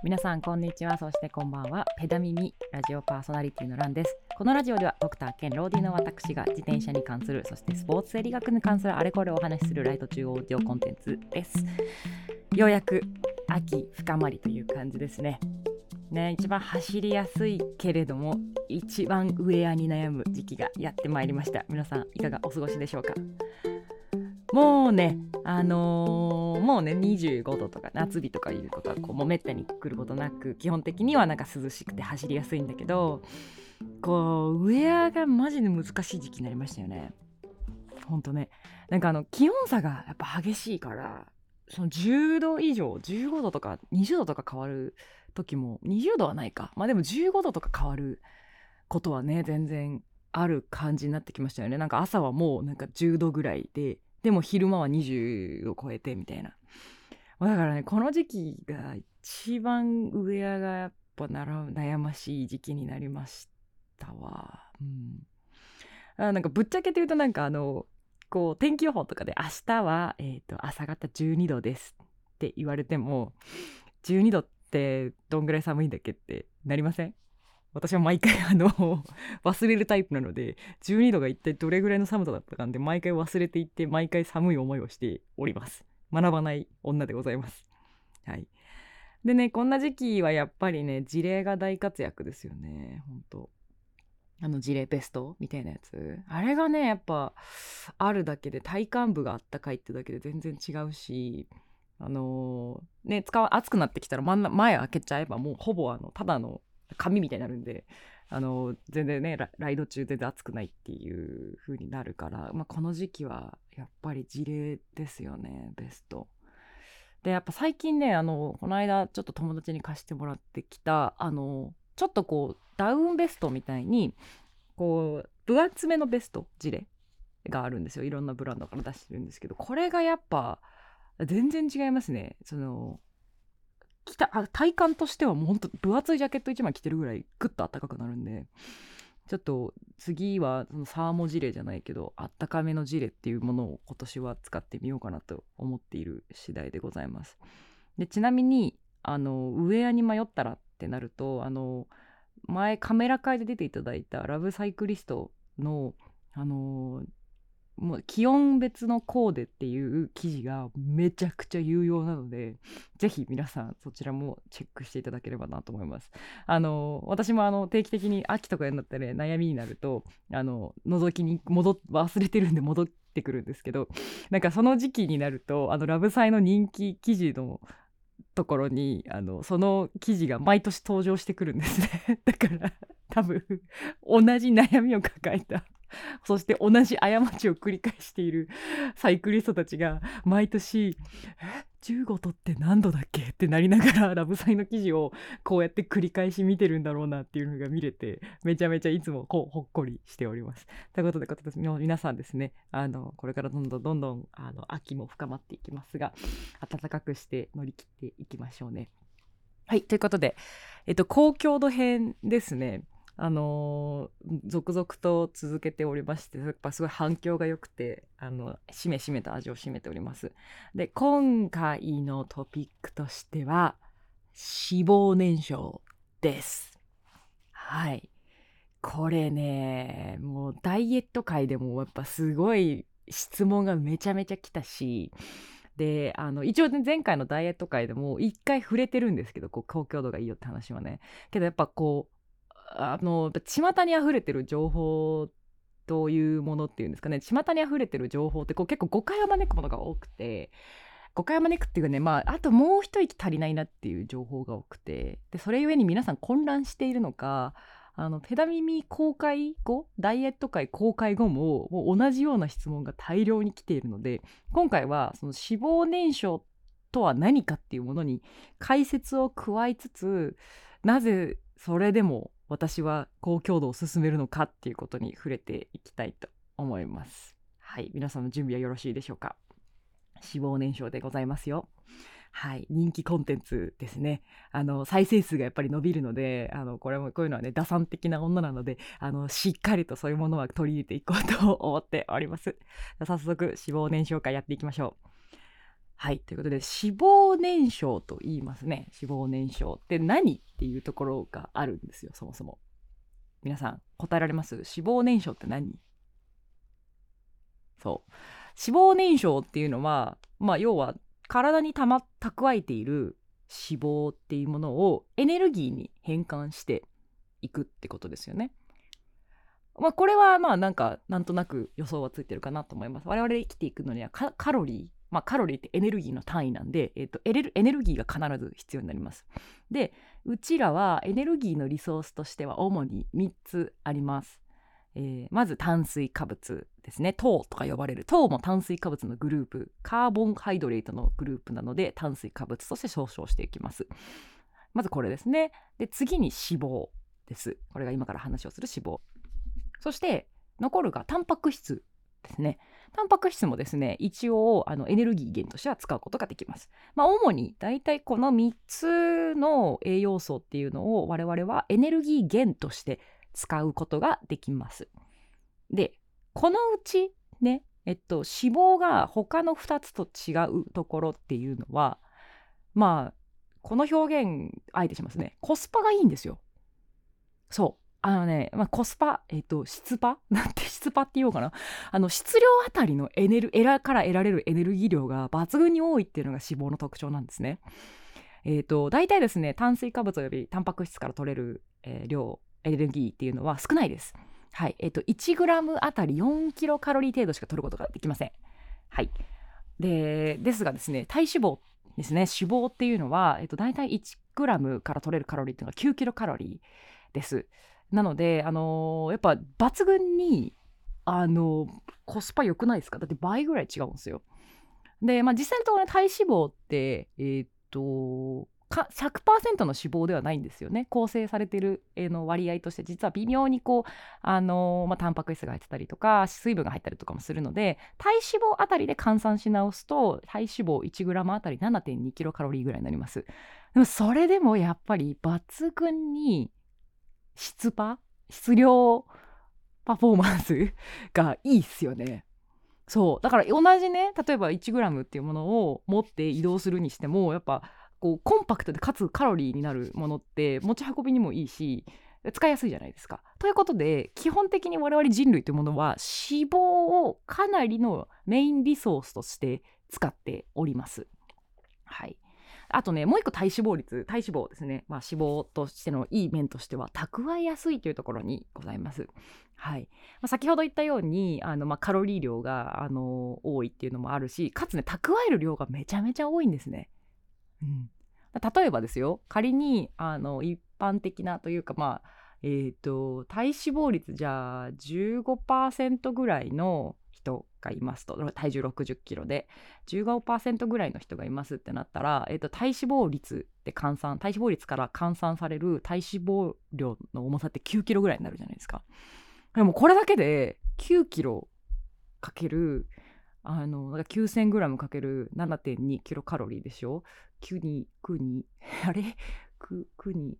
皆さんこんにちは、そしてこんばんは。ペダミミラジオパーソナリティのランです。このラジオではドクター兼ローディの私が自転車に関する、そしてスポーツ生理学に関するあれこれをお話しするライト中オーディオコンテンツです。ようやく秋深まりという感じですね。一番走りやすいけれども一番ウェアに悩む時期がやってまいりました。皆さんいかがお過ごしでしょうか。もうね25度とか夏日とかいうことはもうめったに来ることなく、基本的には涼しくて走りやすいんだけど、ウェアがマジで難しい時期になりましたよね。ほんとね、気温差がやっぱ激しいから、その10度以上15度とか20度とか変わる時も、20度はないか、でも15度とか変わることはね全然ある感じになってきましたよね。朝はもう10度ぐらいでも昼間は20度超えてみたいな。だからね、この時期が一番ウェアがやっぱ悩ましい時期になりましたわ。ぶっちゃけて言うと天気予報とかで明日は、朝方12度ですって言われても、12度ってどんぐらい寒いんだっけってなりません？私は毎回忘れるタイプなので、12度が一体どれぐらいの寒さだったかんで毎回忘れていって、毎回寒い思いをしております。学ばない女でございます。はい。でね、こんな時期はやっぱりね、事例が大活躍ですよね。ほんと事例ベストみたいなやつ、あれがねやっぱあるだけで、体幹部があったかいってだけで全然違うし、暑くなってきたら前開けちゃえばもうほぼただの紙みたいになるんで、全然ねライド中全然暑くないっていう風になるから、この時期はやっぱり事例ですよね、ベストで。やっぱ最近ねこの間ちょっと友達に貸してもらってきたちょっとダウンベストみたいに分厚めのベストジレがあるんですよ。いろんなブランドから出してるんですけど、これがやっぱ全然違いますね。体感としてはもうほんと分厚いジャケット1枚着てるぐらいグッと暖かくなるんで、ちょっと次はそのサーモジレじゃないけどあったかめのジレっていうものを今年は使ってみようかなと思っている次第でございます。でちなみにウェアに迷ったらってなると、前カメラ会で出ていただいたラブサイクリストのもう気温別のコーデっていう記事がめちゃくちゃ有用なので、ぜひ皆さんそちらもチェックしていただければなと思います。私も定期的に秋とかになったら悩みになると覗きに忘れてるんで戻ってくるんですけど、その時期になるとラブサイの人気記事のところにその記事が毎年登場してくるんですね。だから多分同じ悩みを抱えた、そして同じ過ちを繰り返しているサイクリストたちが毎年15度って何度だっけってなりながらラブサイの記事をこうやって繰り返し見てるんだろうなっていうのが見れて、めちゃめちゃいつもほっこりしております。ということで皆さんですね、これからどんどん秋も深まっていきますが、暖かくして乗り切っていきましょうね。はい、ということで高強度編ですね。続々と続けておりまして、やっぱすごい反響が良くてしめと味を占めております。で、今回のトピックとしては脂肪燃焼です。はい、これねもうダイエット界でもやっぱすごい質問がめちゃめちゃ来たし、で一応ね前回のダイエット界でも一回触れてるんですけど、高強度がいいよって話はね。けどやっぱ巷に溢れてる情報というものっていうんですかね、巷に溢れてる情報って結構誤解を招くものが多くて、誤解を招くっていうかね、あともう一息足りないなっていう情報が多くて、でそれゆえに皆さん混乱しているのか、ペダ耳公開後、ダイエット界公開後も同じような質問が大量に来ているので、今回はその脂肪燃焼とは何かっていうものに解説を加えつつ、なぜそれでも私は高強度を進めるのかっていうことに触れていきたいと思います。はい、皆さんの準備はよろしいでしょうか。脂肪燃焼でございますよ。はい、人気コンテンツですね。再生数がやっぱり伸びるので、こういうのはね打算的な女なのでしっかりとそういうものは取り入れていこうと思っております。早速脂肪燃焼会やっていきましょう。 はい、ということで脂肪燃焼と言いますね。脂肪燃焼って何っていうところがあるんですよ、そもそも。皆さん答えられます？脂肪燃焼って何？そう。脂肪燃焼っていうのは、要は体に蓄えている脂肪っていうものをエネルギーに変換していくってことですよね。これはなんとなく予想はついてるかなと思います。我々生きていくのにはカロリー、カロリーってエネルギーの単位なんで、エネルギーが必ず必要になります。で、うちらはエネルギーのリソースとしては主に3つあります。まず炭水化物ですね。糖とか呼ばれる。糖も炭水化物のグループ、カーボンハイドレートのグループなので炭水化物として総称していきます。まずこれですね。で、次に脂肪です。これが今から話をする脂肪。そして残るがタンパク質ですね。タンパク質もですね、一応エネルギー源としては使うことができます。主にだいたいこの3つの栄養素っていうのを我々はエネルギー源として使うことができます。で、このうちね、脂肪が他の2つと違うところっていうのは、この表現あえてしますね。コスパがいいんですよ。そう。コスパ、質パなんて質パって言おうかな。質量あたりのから得られるエネルギー量が抜群に多いっていうのが脂肪の特徴なんですね。大体ですね、炭水化物よりタンパク質から取れる、量、エネルギーっていうのは少ないです。はい。1グラムあたり4キロカロリー程度しか取ることができません。はい。ですがですね、体脂肪ですね、脂肪っていうのは、大体1グラムから取れるカロリーっていうのは9キロカロリーです。なので、やっぱ抜群に、コスパ良くないですか？だって倍ぐらい違うんですよ。で、実際のところね、体脂肪って、100% の脂肪ではないんですよね。構成されてる、割合として実は微妙にこう、タンパク質が入ってたりとか水分が入ったりとかもするので、体脂肪あたりで換算し直すと体脂肪 1g あたり 7.2 キロカロリーぐらいになります。でもそれでもやっぱり抜群に質量パフォーマンスがいいっすよね。そうだから同じね、例えば 1g っていうものを持って移動するにしても、やっぱこうコンパクトでかつカロリーになるものって持ち運びにもいいし使いやすいじゃないですか。ということで基本的に我々人類というものは脂肪をかなりのメインリソースとして使っております。はい。あとね、もう一個体脂肪ですね。脂肪としてのいい面としては蓄えやすいというところにございます。はい。先ほど言ったようにカロリー量が多いっていうのもあるし、かつね蓄える量がめちゃめちゃ多いんですね。うん。例えばですよ、仮に一般的なというか体脂肪率じゃあ 15% ぐらいの人がいますと、体重60キロで 15% ぐらいの人がいますってなったら、体脂肪率から換算される体脂肪量の重さって9キロぐらいになるじゃないですか。でもこれだけで9キロかける9000グラムかける 7.2 キロカロリーでしょ。9あれ9に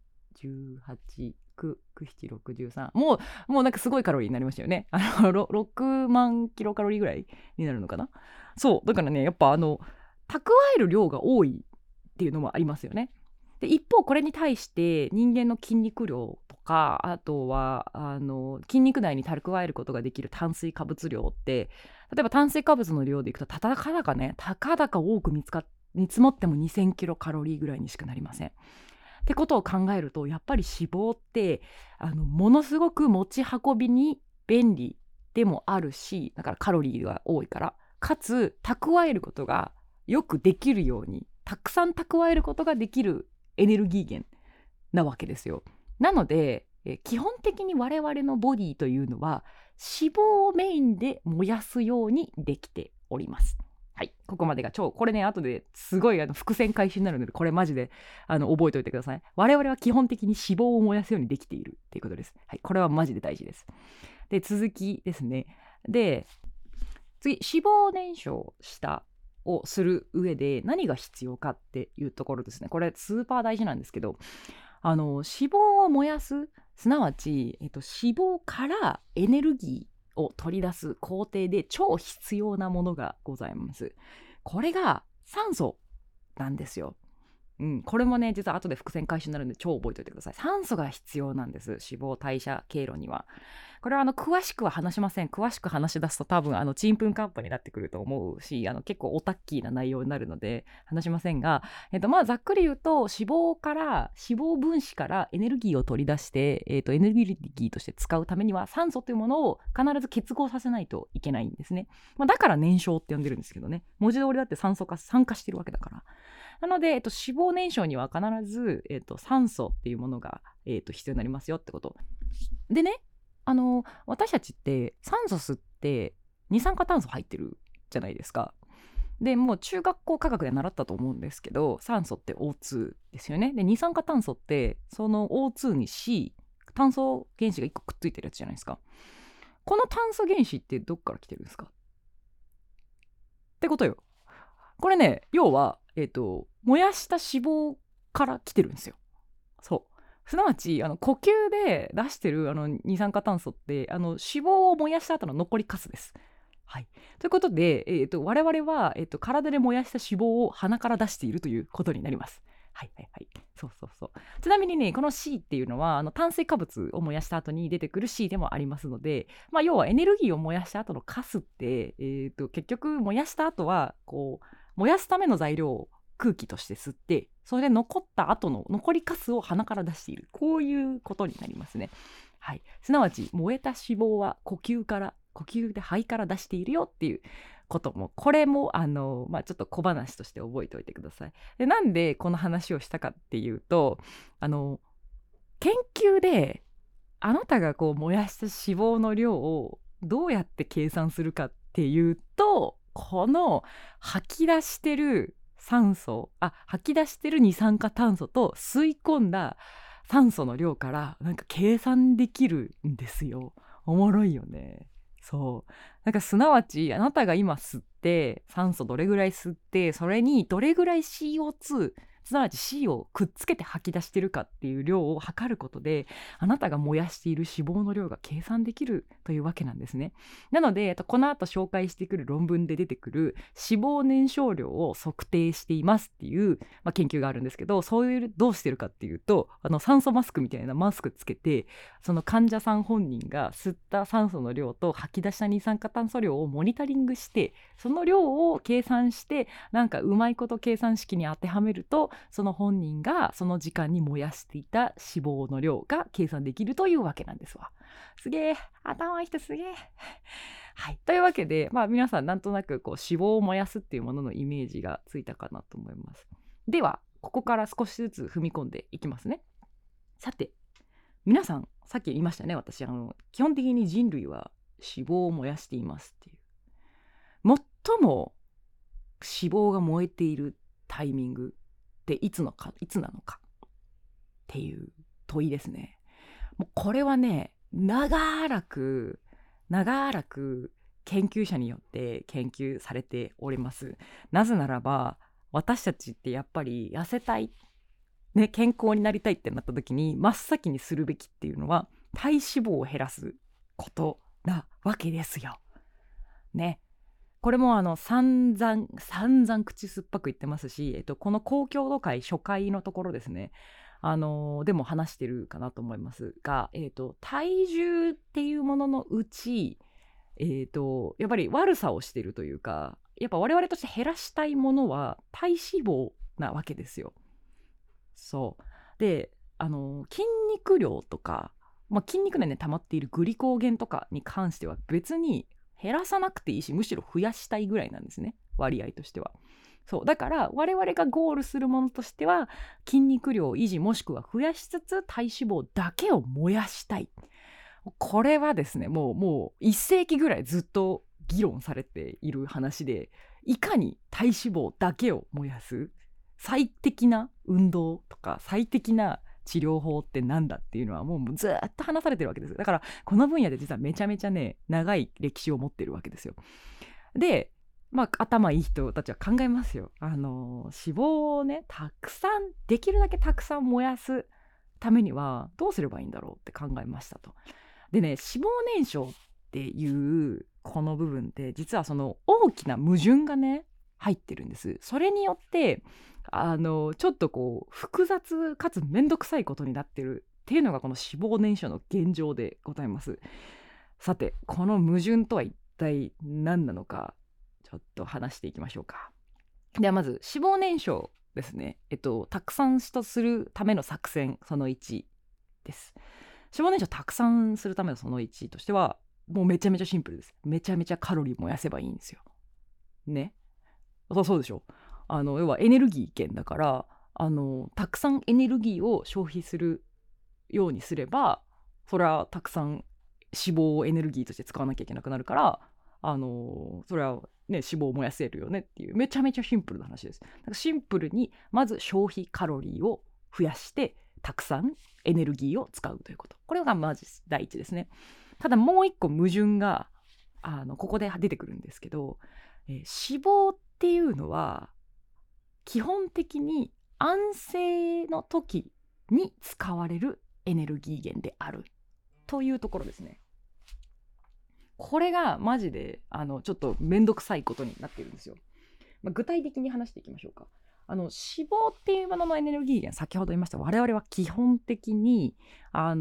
18、9、7、63。もうなんかすごいカロリーになりましたよね。6万キロカロリーぐらいになるのかな。そう。だからね、やっぱ蓄える量が多いっていうのもありますよね。で、一方これに対して人間の筋肉量とか、あとは筋肉内に蓄えることができる炭水化物量って、例えば炭水化物の量でいくとたかだか多く見積もっても2000キロカロリーぐらいにしかなりません。ってことを考えると、やっぱり脂肪ってものすごく持ち運びに便利でもあるし、だからカロリーが多いから、かつ蓄えることがよくできるように、たくさん蓄えることができるエネルギー源なわけですよ。なので基本的に我々のボディというのは脂肪をメインで燃やすようにできております。はい、ここまでがこれね、後ですごい伏線回収になるので、これマジで覚えておいてください。我々は基本的に脂肪を燃やすようにできているっていうことです。はい、これはマジで大事です。で、続きですね。で、次、脂肪燃焼をする上で何が必要かっていうところですね。これスーパー大事なんですけど、脂肪を燃やす、すなわち、脂肪からエネルギーを取り出す工程で超必要なものがございます。これが酸素なんですよ。これもね実は後で伏線回収になるんで超覚えておいてください。酸素が必要なんです、脂肪代謝経路には。これは詳しくは話しません。詳しく話し出すと多分ちんぷんかんぷんになってくると思うし、結構オタッキーな内容になるので話しませんが、まあざっくり言うと脂肪分子からエネルギーを取り出して、エネルギーとして使うためには酸素というものを必ず結合させないといけないんですね。だから燃焼って呼んでるんですけどね。文字通りだって酸化してるわけだから。なので、脂肪燃焼には必ず、酸素っていうものが、必要になりますよってこと。でね、私たちって酸素吸って二酸化炭素入ってるじゃないですか。でもう中学校科学で習ったと思うんですけど、酸素って O2 ですよね。で二酸化炭素ってその O2 に C 炭素原子が1個くっついてるやつじゃないですか。この炭素原子ってどっから来てるんですかってことよ。これね、要は燃やした脂肪から来てるんですよ。そうすなわち呼吸で出してる二酸化炭素って脂肪を燃やした後の残りカスです。はい、ということで、我々は、体で燃やした脂肪を鼻から出しているということになります。はいはいはい、そうそうそう。ちなみにね、この C っていうのは炭水化物を燃やした後に出てくる C でもありますので、要はエネルギーを燃やした後のカスって、結局燃やした後はこう燃やすための材料を空気として吸って、それで残った後の残りカスを鼻から出している、こういうことになりますね。はい、すなわち燃えた脂肪は呼吸で肺から出しているよっていうことも、これもちょっと小話として覚えておいてください。でなんでこの話をしたかっていうと、研究であなたがこう燃やした脂肪の量をどうやって計算するかっていうと、この吐き出してる吐き出してる二酸化炭素と吸い込んだ酸素の量からなんか計算できるんですよ。おもろいよね。そうなんかすなわちあなたが今吸って酸素どれぐらい吸って、それにどれぐらい CO2 すなわち C をくっつけて吐き出してるかっていう量を測ることで、あなたが燃やしている脂肪の量が計算できるというわけなんですね。なのでこの後紹介してくる論文で出てくる脂肪燃焼量を測定していますっていう、研究があるんですけど、そういうどうしてるかっていうと、酸素マスクみたいなマスクつけて、その患者さん本人が吸った酸素の量と吐き出した二酸化炭素量をモニタリングして、その量を計算してなんかうまいこと計算式に当てはめると、その本人がその時間に燃やしていた脂肪の量が計算できるというわけなんですわ。すげえ、頭いい人すげえ。はい、というわけで、皆さんなんとなくこう脂肪を燃やすっていうもののイメージがついたかなと思います。ではここから少しずつ踏み込んでいきますね。さて皆さん、さっき言いましたね、私基本的に人類は脂肪を燃やしていますっていう。最も脂肪が燃えているタイミングっていつなのかっていう問いですね。もうこれはね、長らく研究者によって研究されております。なぜならば私たちってやっぱり痩せたい、ね、健康になりたいってなった時に真っ先にするべきっていうのは体脂肪を減らすことなわけですよ。ね。これも散々口酸っぱく言ってますし、この公共度会初回のところですね、でも話してるかなと思いますが、体重っていうもののうち、やっぱり悪さをしてるというか、やっぱ我々として減らしたいものは体脂肪なわけですよ。そうで筋肉量とか、筋肉内に溜まっているグリコーゲンとかに関しては別に減らさなくていいし、むしろ増やしたいぐらいなんですね、割合としては。そうだから我々がゴールするものとしては筋肉量を維持もしくは増やしつつ体脂肪だけを燃やしたい。これはですね、もう1世紀ぐらいずっと議論されている話で、いかに体脂肪だけを燃やす最適な運動とか最適な治療法ってなんだっていうのはもうずっと話されてるわけです。だからこの分野で実はめちゃめちゃね長い歴史を持ってるわけですよ。で頭いい人たちは考えますよ。脂肪をねできるだけたくさん燃やすためにはどうすればいいんだろうって考えましたと。でね、脂肪燃焼っていうこの部分って実はその大きな矛盾がね入ってるんです。それによってちょっとこう複雑かつめんどくさいことになってるっていうのがこの脂肪燃焼の現状でございます。さてこの矛盾とは一体何なのか、ちょっと話していきましょうか。ではまず脂肪燃焼ですね。たくさんするための作戦その1です。脂肪燃焼たくさんするためのその1としては、もうめちゃめちゃシンプルです。めちゃめちゃカロリー燃やせばいいんですよ。ね。そうでしょ。要はエネルギー源だから、たくさんエネルギーを消費するようにすれば、それはたくさん脂肪をエネルギーとして使わなきゃいけなくなるから、それはね、脂肪を燃やせるよねっていうめちゃめちゃシンプルな話です。だからシンプルにまず消費カロリーを増やしてたくさんエネルギーを使うということ、これがまず第一ですね。ただもう一個矛盾がここで出てくるんですけど、脂肪っていうのは基本的に安静の時に使われるエネルギー源であるというところですね。これがマジでちょっとめんどくさいことになっているんですよ。具体的に話していきましょうか。脂肪っていうもののエネルギー源、先ほど言いました我々は基本的に安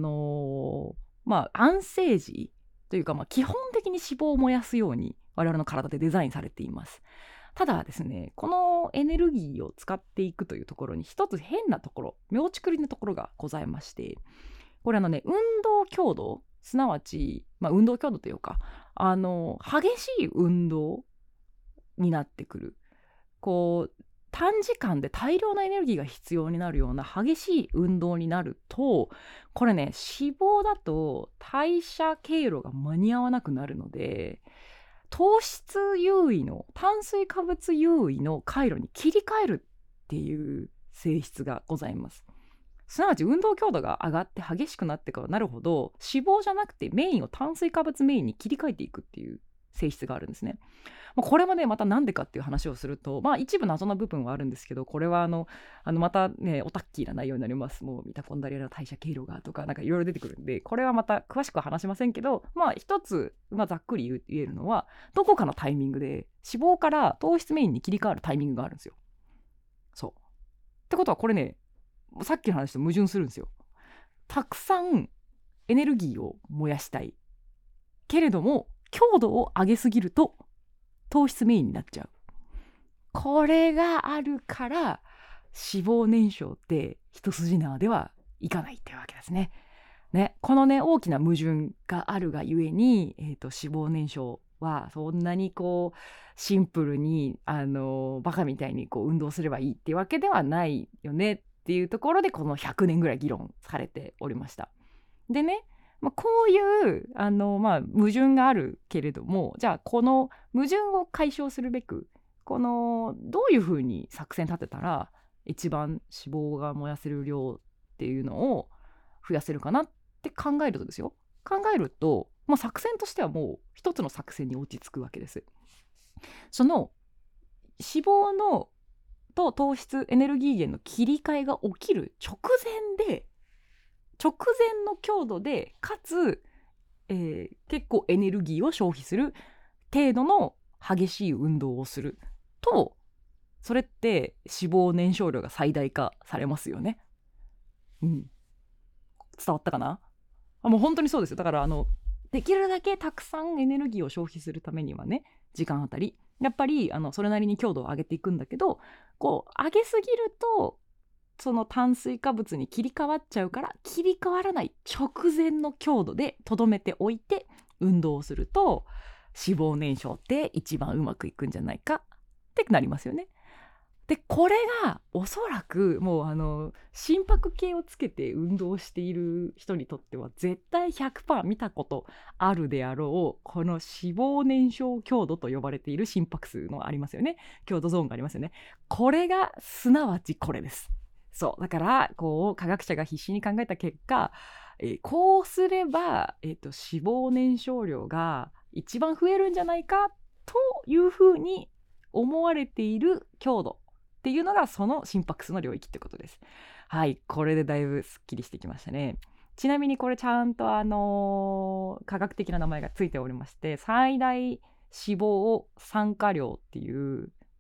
静時というか、基本的に脂肪を燃やすように我々の体でデザインされています。ただですね、このエネルギーを使っていくというところに一つ変なところ、妙ちくりのところがございまして、これ運動強度、すなわち、運動強度というか激しい運動になってくる。こう短時間で大量のエネルギーが必要になるような激しい運動になると、これね、脂肪だと代謝経路が間に合わなくなるので、糖質優位の炭水化物優位の回路に切り替えるっていう性質がございます。すなわち運動強度が上がって激しくなってからなるほど、脂肪じゃなくてメインを炭水化物メインに切り替えていくっていう性質があるんですね。これもねまたなんでかっていう話をすると、一部謎の部分はあるんですけど、これはまたねオタッキーな内容になります。もうミトコンドリアの代謝経路がとかなんかいろいろ出てくるんで、これはまた詳しくは話しませんけど、一つ、ざっくり言えるのは、どこかのタイミングで脂肪から糖質メインに切り替わるタイミングがあるんですよ。そうってことはこれね、さっきの話と矛盾するんですよ。たくさんエネルギーを燃やしたいけれども強度を上げすぎると糖質メインになっちゃう。これがあるから脂肪燃焼って一筋縄ではいかないってわけですね。このね大きな矛盾があるがゆえに、脂肪燃焼はそんなにこうシンプルにバカみたいにこう運動すればいいっていうわけではないよねっていうところで、この100年ぐらい議論されておりました。でね、こういう矛盾があるけれども、じゃあこの矛盾を解消するべく、このどういうふうに作戦立てたら一番脂肪が燃やせる量っていうのを増やせるかなって考えるとですよ、作戦としてはもう一つの作戦に落ち着くわけです。その脂肪のと糖質エネルギー源の切り替えが起きる直前の強度でかつ、結構エネルギーを消費する程度の激しい運動をすると、それって脂肪燃焼量が最大化されますよね。伝わったかな。もう本当にそうですよ。だからできるだけたくさんエネルギーを消費するためにはね、時間あたりやっぱりそれなりに強度を上げていくんだけど、こう上げすぎるとその炭水化物に切り替わっちゃうから、切り替わらない直前の強度でとどめておいて運動をすると脂肪燃焼って一番うまくいくんじゃないかってなりますよね。でこれがおそらくもう心拍計をつけて運動している人にとっては絶対 100% 見たことあるであろう、この脂肪燃焼強度と呼ばれている心拍数のありますよね、強度ゾーンがありますよね。これがすなわちこれです。そうだからこう科学者が必死に考えた結果、こうすれば、脂肪燃焼量が一番増えるんじゃないかというふうに思われている強度っていうのがその心拍数の領域ってことです。はい、これでだいぶすっきりしてきましたね。ちなみにこれちゃんと科学的な名前がついておりまして、最大脂肪酸化量っていう、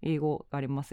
英語があります。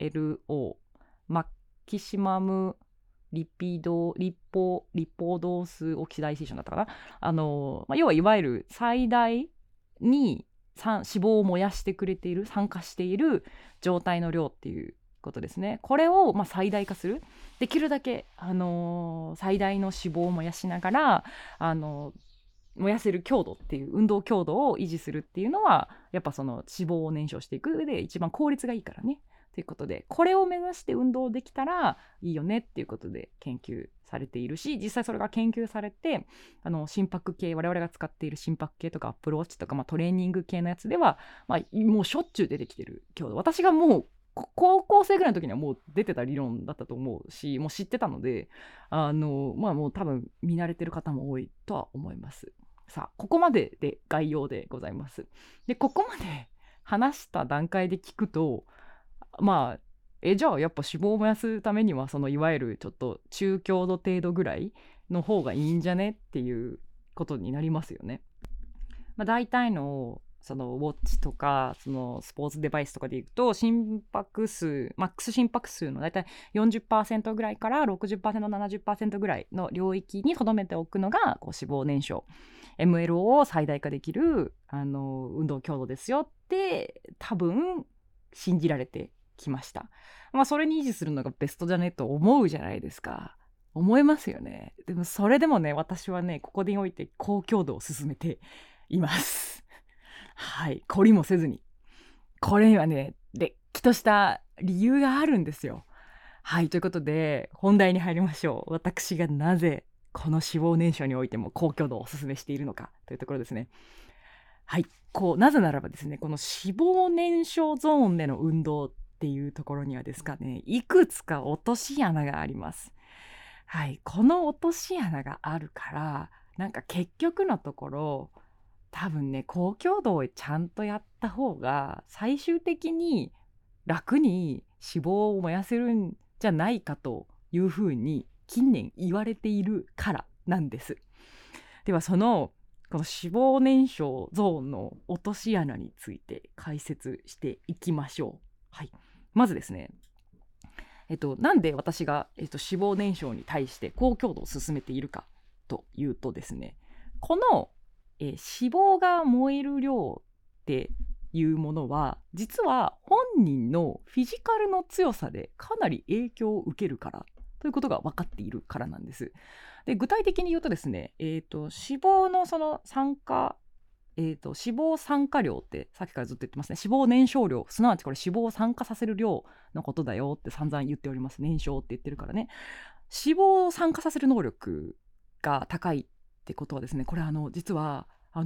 MLO マキシマムリポドースオキシダイセーションだったかな。要はいわゆる最大に脂肪を燃やしてくれている、酸化している状態の量っていうことですね。これを最大化する、できるだけ、最大の脂肪を燃やしながら燃やせる強度っていう、運動強度を維持するっていうのはやっぱその脂肪を燃焼していく上で一番効率がいいからねということで、これを目指して運動できたらいいよねっていうことで研究されているし、実際それが研究されて心拍計、我々が使っている心拍計とかアップルウォッチとか、トレーニング系のやつでは、もうしょっちゅう出てきてる強度、私がもう高校生ぐらいの時にはもう出てた理論だったと思うし、もう知ってたのでもう多分見慣れてる方も多いとは思います。さあここまでで概要でございます。でここまで話した段階で聞くと、じゃあやっぱ脂肪を燃やすためにはそのいわゆるちょっと中強度程度ぐらいの方がいいんじゃねっていうことになりますよね。大体のそのウォッチとかそのスポーツデバイスとかでいくと、心拍数マックス心拍数の大体 40% ぐらいから 60%、70% ぐらいの領域に留めておくのがこう脂肪燃焼 MLO を最大化できる運動強度ですよって多分信じられてきました。それに維持するのがベストじゃねと思うじゃないですか。思いますよね。でもそれでもね、私はねここにおいて高強度を進めていますはい、懲りもせずに。これにはねれっきとした理由があるんですよ。はい、ということで本題に入りましょう。私がなぜこの脂肪燃焼においても高強度をお勧めしているのかというところですね。はい、なぜならばですね、この脂肪燃焼ゾーンでの運動っていうところにはですかね、いくつか落とし穴があります。はい、この落とし穴があるからなんか結局のところ多分ね高強度をちゃんとやった方が最終的に楽に脂肪を燃やせるんじゃないかというふうに近年言われているからなんです。ではこの脂肪燃焼ゾーンの落とし穴について解説していきましょう。はい、まずですね、なんで私が、脂肪燃焼に対して高強度を進めているかというとですね、この、脂肪が燃える量っていうものは実は本人のフィジカルの強さでかなり影響を受けるからということが分かっているからなんです。で具体的に言うとですね、脂肪のその酸化脂肪酸化量ってさっきからずっと言ってますね。脂肪燃焼量、すなわちこれ脂肪を酸化させる量のことだよって散々言っております。燃焼って言ってるからね。脂肪を酸化させる能力が高いってことはですね、これ実は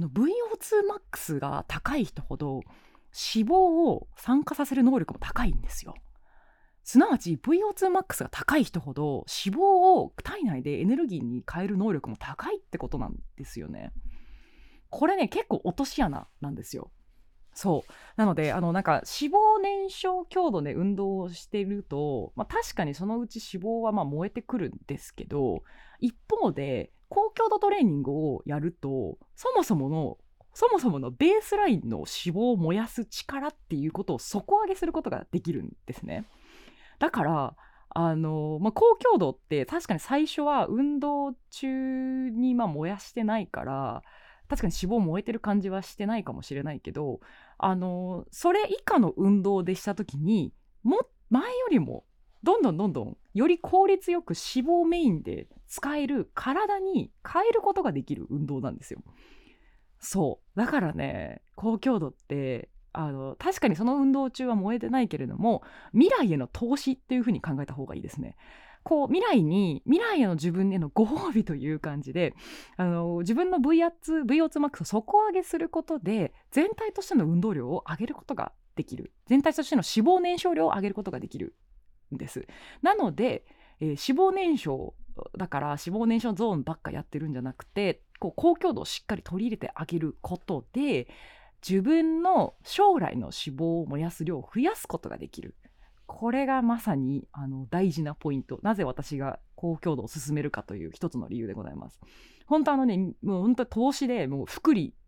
VO2max が高い人ほど脂肪を酸化させる能力も高いんですよ。すなわち VO2max が高い人ほど脂肪を体内でエネルギーに変える能力も高いってことなんですよね。これね結構落とし穴なんですよ。そうなのでなんか脂肪燃焼強度で運動をしていると、確かにそのうち脂肪は燃えてくるんですけど、一方で高強度トレーニングをやるとそもそものベースラインの脂肪を燃やす力っていうことを底上げすることができるんですね。だから高強度って確かに最初は運動中に燃やしてないから確かに脂肪燃えてる感じはしてないかもしれないけど、それ以下の運動でした時に前よりもどんどんより効率よく脂肪メインで使える体に変えることができる運動なんですよ。そうだからね高強度って確かにその運動中は燃えてないけれども未来への投資っていう風に考えた方がいいですね。未来への自分へのご褒美という感じで自分の VO2max を底上げすることで全体としての運動量を上げることができる、全体としての脂肪燃焼量を上げることができるんです。なので、脂肪燃焼だから脂肪燃焼ゾーンばっかやってるんじゃなくて高強度をしっかり取り入れてあげることで自分の将来の脂肪を燃やす量を増やすことができる。これがまさに大事なポイント、なぜ私が高強度を進めるかという一つの理由でございます。本当もう本当投資でもう複利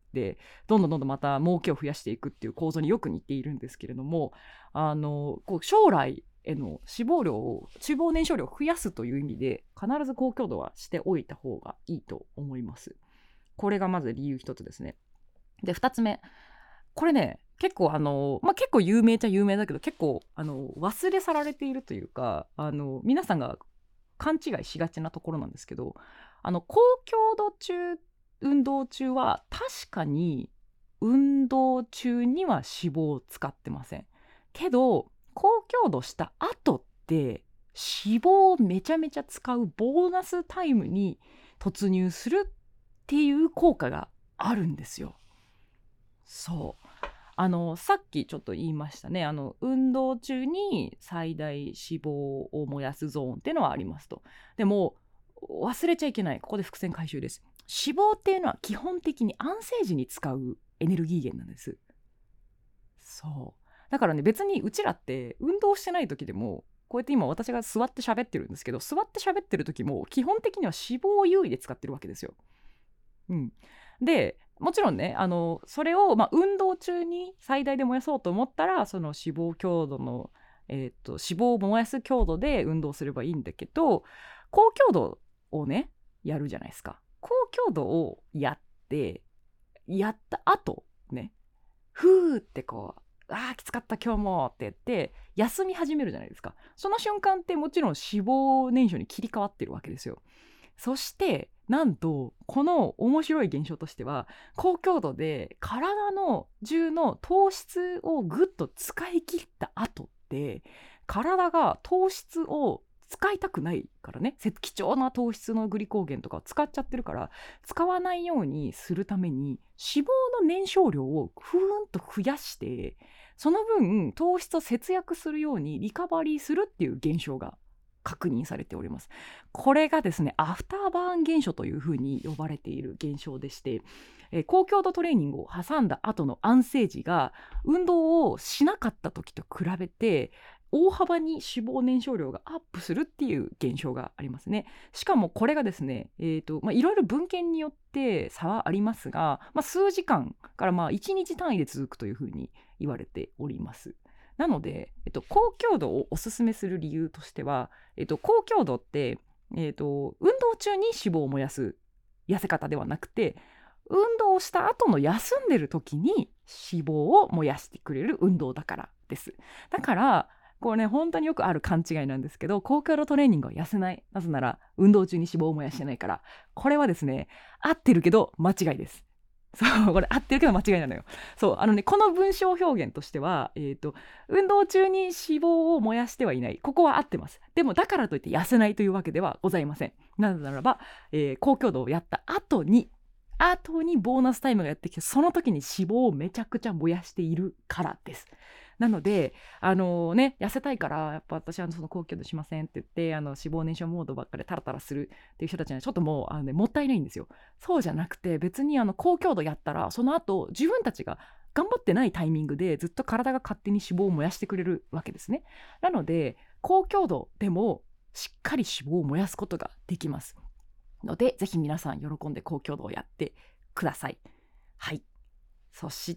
ってどんどんまた儲けを増やしていくっていう構造によく似ているんですけれども、こう将来への脂肪燃焼量を増やすという意味で必ず高強度はしておいた方がいいと思います。これがまず理由一つですね。で2つ目、これね結構結構有名っちゃ有名だけど、結構忘れ去られているというか、皆さんが勘違いしがちなところなんですけど、高強度運動中は確かに運動中には脂肪を使ってませんけど、高強度した後って脂肪をめちゃめちゃ使うボーナスタイムに突入するっていう効果があるんですよ。そうさっきちょっと言いましたね。運動中に最大脂肪を燃やすゾーンっていうのはありますと。でも忘れちゃいけない、ここで伏線回収です。脂肪っていうのは基本的に安静時に使うエネルギー源なんです。そうだからね、別にうちらって運動してない時でも、こうやって今私が座って喋ってるんですけど、座って喋ってる時も基本的には脂肪を優位で使ってるわけですよ。でもちろんね、それを、運動中に最大で燃やそうと思ったら、その脂肪強度の、脂肪を燃やす強度で運動すればいいんだけど、高強度をねやるじゃないですか。高強度をやった後ね、ふーってこう、きつかった今日もって言って休み始めるじゃないですか。その瞬間ってもちろん脂肪燃焼に切り替わってるわけですよ。そしてなんとこの面白い現象としては、高強度で体の中の糖質をぐっと使い切った後って体が糖質を使いたくないからね、貴重な糖質のグリコーゲンとかを使っちゃってるから、使わないようにするために脂肪の燃焼量をふーんと増やして、その分糖質を節約するようにリカバリーするっていう現象が確認されております。これがですね、アフターバーン現象というふうに呼ばれている現象でして、高強度トレーニングを挟んだ後の安静時が運動をしなかった時と比べて大幅に脂肪燃焼量がアップするっていう現象がありますね。しかもこれがですね、いろいろ文献によって差はありますが、数時間から1日単位で続くというふうに言われております。なので、高強度をおすすめする理由としては、高強度って、運動中に脂肪を燃やす痩せ方ではなくて、運動をした後の休んでる時に脂肪を燃やしてくれる運動だからです。だからこれね、本当によくある勘違いなんですけど、高強度トレーニングは痩せない、なぜなら運動中に脂肪を燃やしてないから。これはですね、合ってるけど間違いです。そうこれ合ってるけど間違いなのよ。そうこの文章表現としては、運動中に脂肪を燃やしてはいない、ここは合ってます。でもだからといって痩せないというわけではございません。なぜならば、高強度をやった後にボーナスタイムがやってきて、その時に脂肪をめちゃくちゃ燃やしているからです。なので痩せたいからやっぱ私はその高強度しませんって言って脂肪燃焼モードばっかりタラタラするっていう人たちにはちょっともうもったいないんですよ。そうじゃなくて、別に高強度やったらその後自分たちが頑張ってないタイミングでずっと体が勝手に脂肪を燃やしてくれるわけですね。なので高強度でもしっかり脂肪を燃やすことができますので、ぜひ皆さん喜んで高強度をやってください。はい。そして、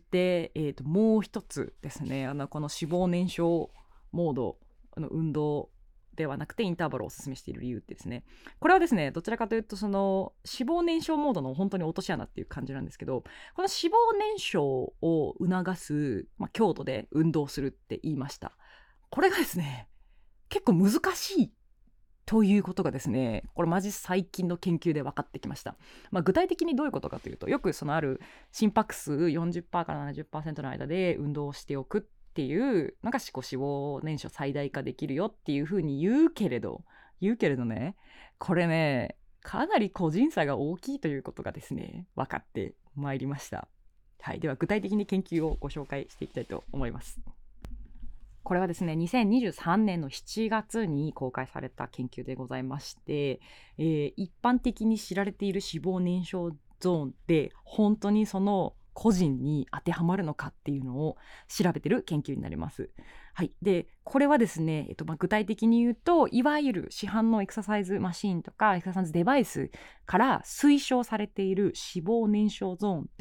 もう一つですね、この脂肪燃焼モード運動ではなくてインターバルをお勧めしている理由ってですね、これはですね、どちらかというとその脂肪燃焼モードの本当に落とし穴っていう感じなんですけど、この脂肪燃焼を促す、強度で運動するって言いました。これがですね、結構難しいということがですね、これマジ最近の研究で分かってきました。具体的にどういうことかというと、よくそのある心拍数 40% から 70% の間で運動をしておくっていうのが脂肪燃焼最大化できるよっていうふうに言うけれどね、これね、かなり個人差が大きいということがですね、分かってまいりました。はい、では具体的に研究をご紹介していきたいと思います。これはですね、2023年の7月に公開された研究でございまして、一般的に知られている脂肪燃焼ゾーンって本当にその個人に当てはまるのかっていうのを調べてる研究になります。はい、でこれはですね、具体的に言うと、いわゆる市販のエクササイズマシーンとかエクササイズデバイスから推奨されている脂肪燃焼ゾーンって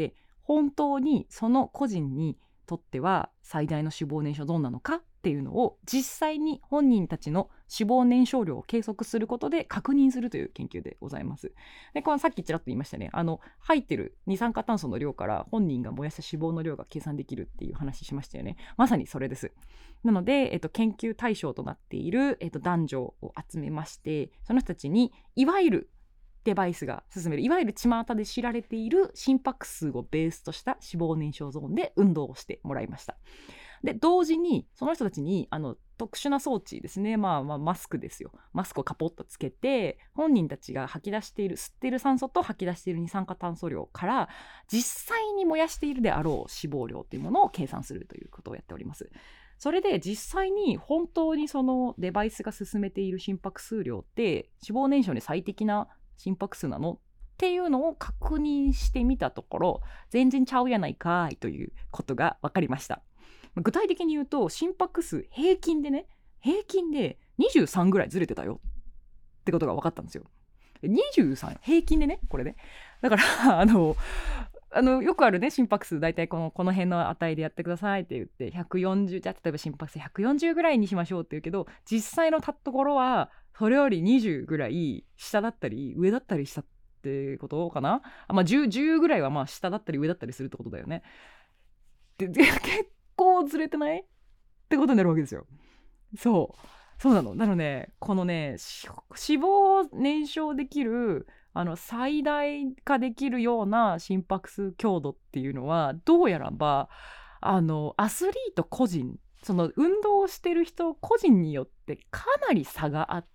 本当にその個人にとっては最大の脂肪燃焼ゾーンなのかっていうのを実際に本人たちの脂肪燃焼量を計測することで確認するという研究でございます。でこのさっきちらっと言いましたね、入ってる二酸化炭素の量から本人が燃やした脂肪の量が計算できるっていう話しましたよね。まさにそれです。なので、研究対象となっている、男女を集めまして、その人たちにいわゆるデバイスが進めるいわゆる巷で知られている心拍数をベースとした脂肪燃焼ゾーンで運動をしてもらいました。で同時にその人たちに特殊な装置ですね、マスクですよ。マスクをカポッとつけて本人たちが吐き出している吸っている酸素と吐き出している二酸化炭素量から実際に燃やしているであろう脂肪量というものを計算するということをやっております。それで実際に本当にそのデバイスが進めている心拍数量って脂肪燃焼に最適な心拍数なのっていうのを確認してみたところ、全然ちゃうやないかいということが分かりました。具体的に言うと心拍数平均で23ぐらいずれてたよってことが分かったんですよ。23平均でね、これね。だからよくあるね、心拍数大体この辺の値でやってくださいって言って140、じゃあ例えば心拍数140ぐらいにしましょうって言うけど、実際のところはそれより20ぐらい下だったり上だったりしたってことかな。10ぐらいは下だったり上だったりするってことだよね。で結構ずれてないってことになるわけですよ。そうなの。なのでこのね、脂肪を燃焼できる最大化できるような心拍数強度っていうのはどうやらばアスリート個人、その運動をしてる人個人によってかなり差があって、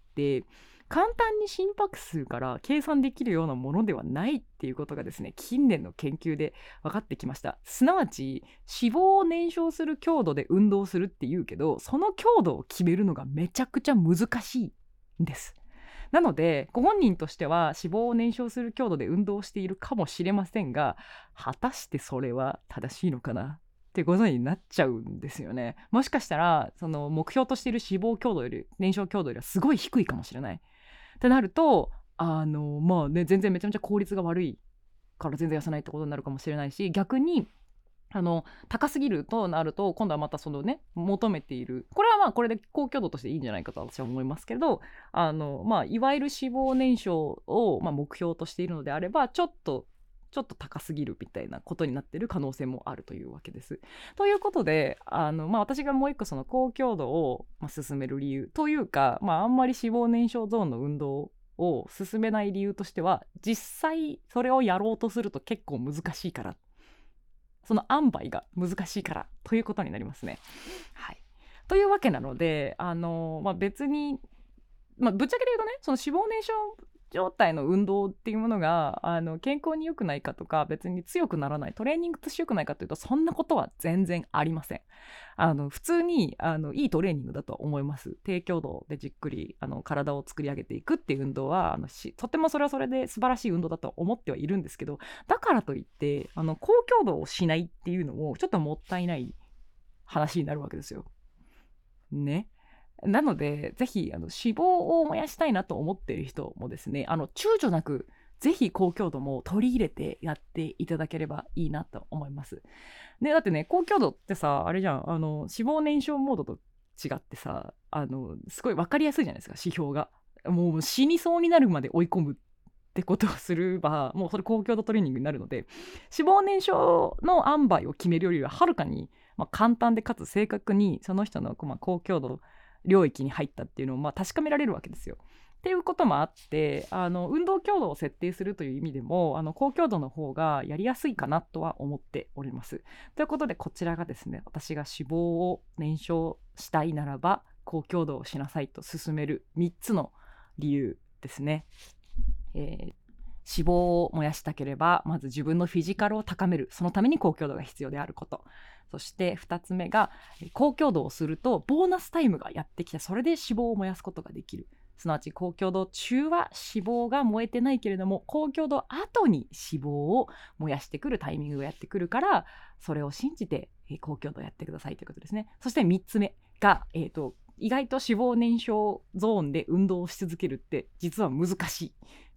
簡単に心拍数から計算できるようなものではないっていうことがですね、近年の研究で分かってきました。すなわち脂肪を燃焼する強度で運動するっていうけど、その強度を決めるのがめちゃくちゃ難しいんです。なのでご本人としては脂肪を燃焼する強度で運動しているかもしれませんが、果たしてそれは正しいのかなってことになっちゃうんですよね。もしかしたらその目標としている脂肪強度より燃焼強度よりはすごい低いかもしれないってなると、全然めちゃめちゃ効率が悪いから全然痩せないってことになるかもしれないし、逆に高すぎるとなると今度はまたそのね、求めている、これはこれで高強度としていいんじゃないかと私は思いますけど、いわゆる脂肪燃焼を目標としているのであればちょっと高すぎるみたいなことになっている可能性もあるというわけです。ということで私がもう一個その高強度を進める理由というか、あんまり脂肪燃焼ゾーンの運動を進めない理由としては、実際それをやろうとすると結構難しいから、その塩梅が難しいからということになりますね。はい、というわけなので別に、ぶっちゃけで言うとね、その脂肪燃焼状態の運動っていうものが健康に良くないかとか、別に強くならないトレーニングとして良くないかというと、そんなことは全然ありません。普通にいいトレーニングだと思います。低強度でじっくり体を作り上げていくっていう運動はとてもそれはそれで素晴らしい運動だと思ってはいるんですけど、だからといって高強度をしないっていうのもちょっともったいない話になるわけですよね。なのでぜひ脂肪を燃やしたいなと思っている人もですね、躊躇なくぜひ高強度も取り入れてやっていただければいいなと思います。ね、だってね、高強度ってさ、あれじゃん、脂肪燃焼モードと違ってさ、すごい分かりやすいじゃないですか、指標が。もう死にそうになるまで追い込むってことをすれば、もうそれ高強度トレーニングになるので、脂肪燃焼の塩梅を決めるよりははるかに簡単でかつ正確にその人の高強度領域に入ったっていうのを確かめられるわけですよ。っていうこともあって、運動強度を設定するという意味でも高強度の方がやりやすいかなとは思っております。ということでこちらがですね、私が脂肪を燃焼したいならば高強度をしなさいと勧める3つの理由ですね。脂肪を燃やしたければまず自分のフィジカルを高める、そのために高強度が必要であること。そして2つ目が高強度をするとボーナスタイムがやってきて、それで脂肪を燃やすことができる。すなわち高強度中は脂肪が燃えてないけれども、高強度後に脂肪を燃やしてくるタイミングがやってくるから、それを信じて高強度やってくださいということですね。そして3つ目が、意外と脂肪燃焼ゾーンで運動をし続けるって実は難しい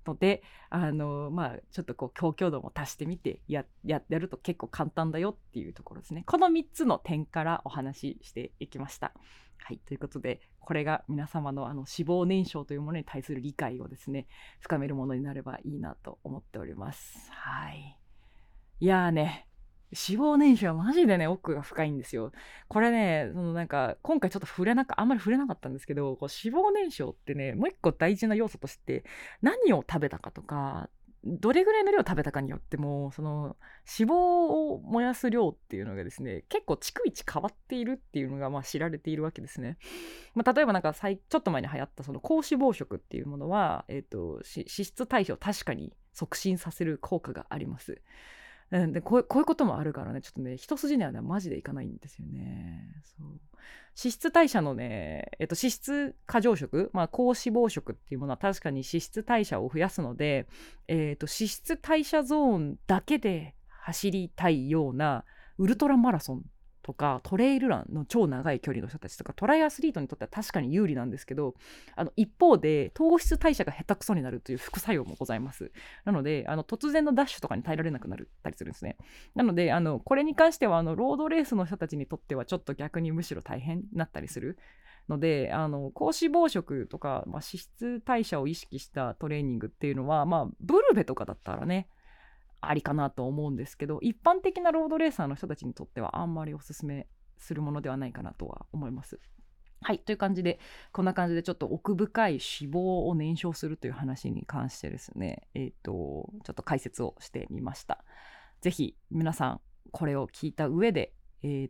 のでちょっとこう強強度も足してみてやると結構簡単だよっていうところですね。この3つの点からお話ししていきました。はい、ということでこれが皆様の脂肪燃焼というものに対する理解をですね深めるものになればいいなと思っております。はい、いやーね、脂肪燃焼はマジでね奥が深いんですよ。これねなんか今回ちょっとあんまり触れなかったんですけど、こう脂肪燃焼ってねもう一個大事な要素として何を食べたかとかどれぐらいの量を食べたかによってもその脂肪を燃やす量っていうのがですね結構逐一変わっているっていうのが知られているわけですね。例えばちょっと前に流行ったその高脂肪食っていうものは、脂質代謝を確かに促進させる効果があります。でこういうこともあるからねちょっとね一筋縄ではマジでいかないんですよね。そう脂質代謝のね、脂質過剰食、高脂肪食っていうものは確かに脂質代謝を増やすので、脂質代謝ゾーンだけで走りたいようなウルトラマラソンとかトレイルランの超長い距離の人たちとかトライアスリートにとっては確かに有利なんですけど、一方で糖質代謝が下手くそになるという副作用もございます。なので突然のダッシュとかに耐えられなくなったりするんですね。なのでこれに関してはロードレースの人たちにとってはちょっと逆にむしろ大変になったりするので高脂肪食とか、脂質代謝を意識したトレーニングっていうのはブルベとかだったらねありかなと思うんですけど、一般的なロードレーサーの人たちにとってはあんまりおすすめするものではないかなとは思います。はい、という感じでこんな感じでちょっと奥深い脂肪を燃焼するという話に関してですねちょっと解説をしてみました。ぜひ皆さんこれを聞いた上で日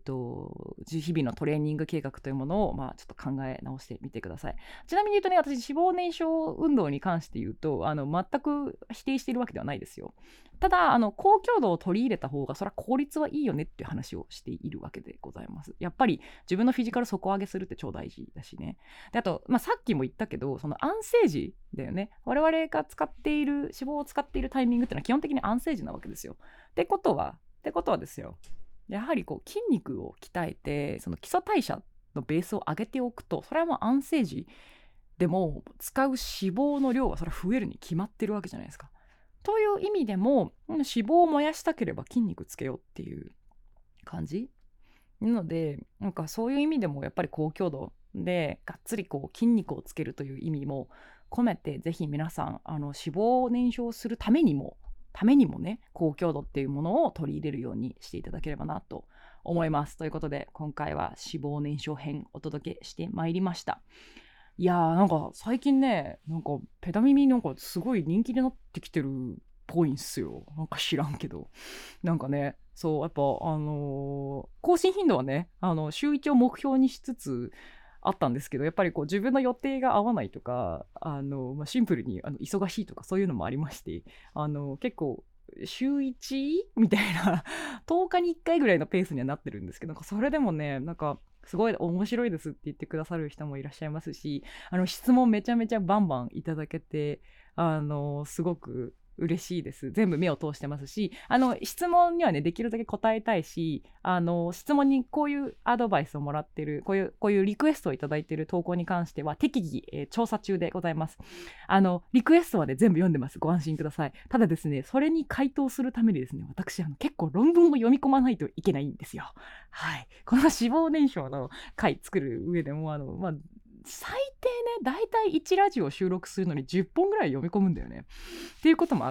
々のトレーニング計画というものをちょっと考え直してみてください。ちなみに言うとね、私脂肪燃焼運動に関して言うと全く否定しているわけではないですよ。ただ高強度を取り入れた方がそれは効率はいいよねっていう話をしているわけでございます。やっぱり自分のフィジカル底上げするって超大事だしね。であと、さっきも言ったけどその安静時だよね。我々が使っている脂肪を使っているタイミングっていうのは基本的に安静時なわけですよ。ってことはですよ、やはり筋肉を鍛えてその基礎代謝のベースを上げておくと、それはもう安静時でも使う脂肪の量はそれは増えるに決まってるわけじゃないですか。という意味でも脂肪を燃やしたければ筋肉つけようっていう感じなので、そういう意味でもやっぱり高強度でがっつり筋肉をつけるという意味も込めて、ぜひ皆さん脂肪を燃焼するためにもね高強度っていうものを取り入れるようにしていただければなと思います。ということで今回は脂肪燃焼編お届けしてまいりました。いやー最近ねペタ耳すごい人気になってきてるっぽいんすよ。知らんけどね、そうやっぱ更新頻度はね週1を目標にしつつあったんですけど、やっぱり自分の予定が合わないとかシンプルに忙しいとかそういうのもありまして、結構週1みたいな10日に1回ぐらいのペースにはなってるんですけど、それでもねすごい面白いですって言ってくださる人もいらっしゃいますし、質問めちゃめちゃバンバンいただけてすごく嬉しいです。全部目を通してますし、質問にはねできるだけ答えたいし、質問にこういうアドバイスをもらってる、こういうリクエストをいただいている投稿に関しては適宜、調査中でございます。リクエストはね全部読んでます。ご安心ください。ただですね、それに回答するためにですね、私結構論文を読み込まないといけないんですよ。はい、この脂肪燃焼の回作る上でも最低ねだいたい1ラジオ収録するのに10本ぐらい読み込むんだよねっていうこともあって、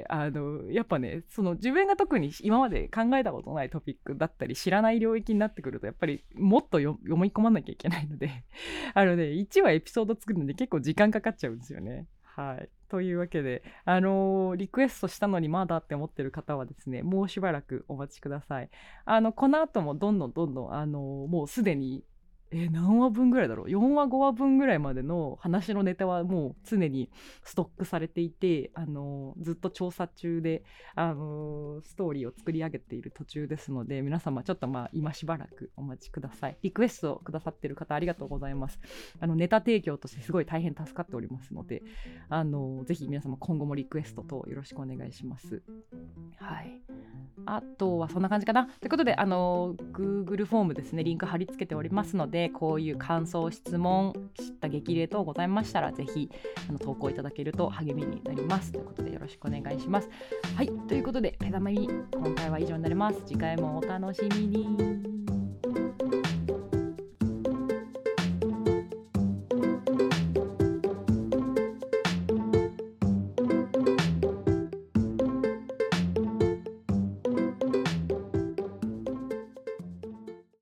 やっぱねその自分が特に今まで考えたことないトピックだったり知らない領域になってくるとやっぱりもっと読み込まなきゃいけないので1話エピソード作るのに結構時間かかっちゃうんですよね。はい、というわけでリクエストしたのにまだって思ってる方はですね、もうしばらくお待ちください。この後もどんどんもうすでに何話分ぐらいだろう、4話5話分ぐらいまでの話のネタはもう常にストックされていてずっと調査中でストーリーを作り上げている途中ですので、皆様ちょっと今しばらくお待ちください。リクエストをくださっている方ありがとうございます。ネタ提供としてすごい大変助かっておりますのでぜひ皆様今後もリクエスト等よろしくお願いします。はい、あとはそんな感じかなということでGoogle フォームですね、リンク貼り付けておりますのでで、こういう感想、質問、知った激励等ございましたら、ぜひ投稿いただけると励みになりますということで、よろしくお願いします。はい、ということでペダマミ今回は以上になります。次回もお楽しみに。